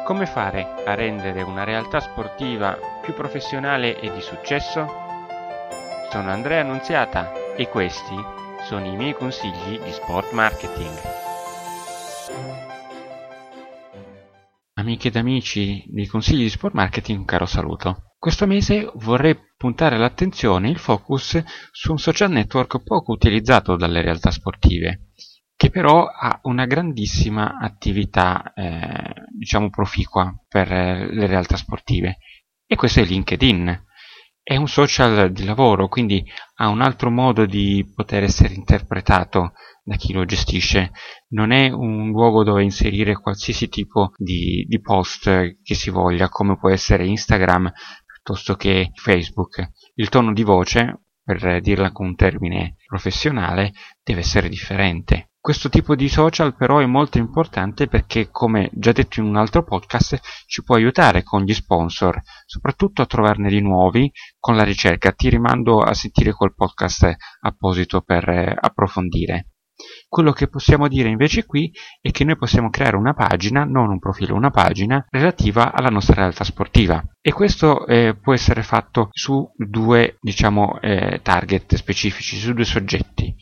Come fare a rendere una realtà sportiva più professionale e di successo? Sono Andrea Annunziata e questi sono i miei consigli di sport marketing. Amiche ed amici dei consigli di sport marketing, un caro saluto. Questo mese vorrei puntare l'attenzione, il focus, su un social network poco utilizzato dalle realtà sportive, che però ha una grandissima attività, proficua per le realtà sportive, e questo è LinkedIn. È un social di lavoro, quindi ha un altro modo di poter essere interpretato da chi lo gestisce. Non è un luogo dove inserire qualsiasi tipo di post che si voglia, come può essere Instagram piuttosto che Facebook. Il tono di voce, per dirla con un termine professionale, deve essere differente. Questo tipo di social però è molto importante perché, come già detto in un altro podcast, ci può aiutare con gli sponsor, soprattutto a trovarne di nuovi con la ricerca. Ti rimando a sentire quel podcast apposito per approfondire. Quello che possiamo dire invece qui è che noi possiamo creare una pagina, non un profilo, una pagina relativa alla nostra realtà sportiva, e questo può essere fatto su due target specifici, su due soggetti.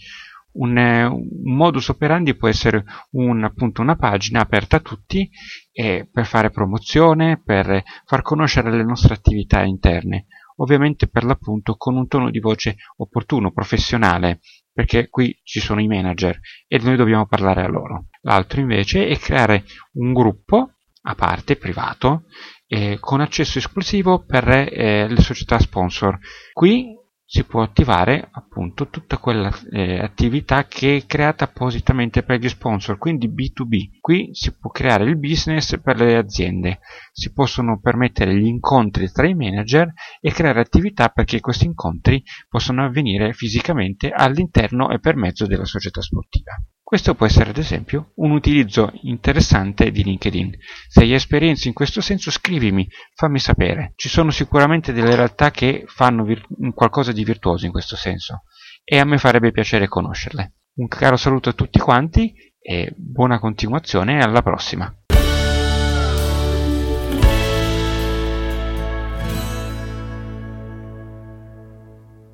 Un modus operandi può essere una pagina aperta a tutti per fare promozione, per far conoscere le nostre attività interne, ovviamente per l'appunto con un tono di voce opportuno, professionale, perché qui ci sono i manager e noi dobbiamo parlare a loro. L'altro invece è creare un gruppo a parte, privato, con accesso esclusivo per le società sponsor. Qui si può attivare appunto tutta quella attività che è creata appositamente per gli sponsor, quindi B2B. Qui si può creare il business per le aziende, si possono permettere gli incontri tra i manager e creare attività perché questi incontri possono avvenire fisicamente all'interno e per mezzo della società sportiva. Questo può essere ad esempio un utilizzo interessante di LinkedIn. Se hai esperienze in questo senso, scrivimi, fammi sapere. Ci sono sicuramente delle realtà che fanno qualcosa di virtuoso in questo senso e a me farebbe piacere conoscerle. Un caro saluto a tutti quanti e buona continuazione e alla prossima.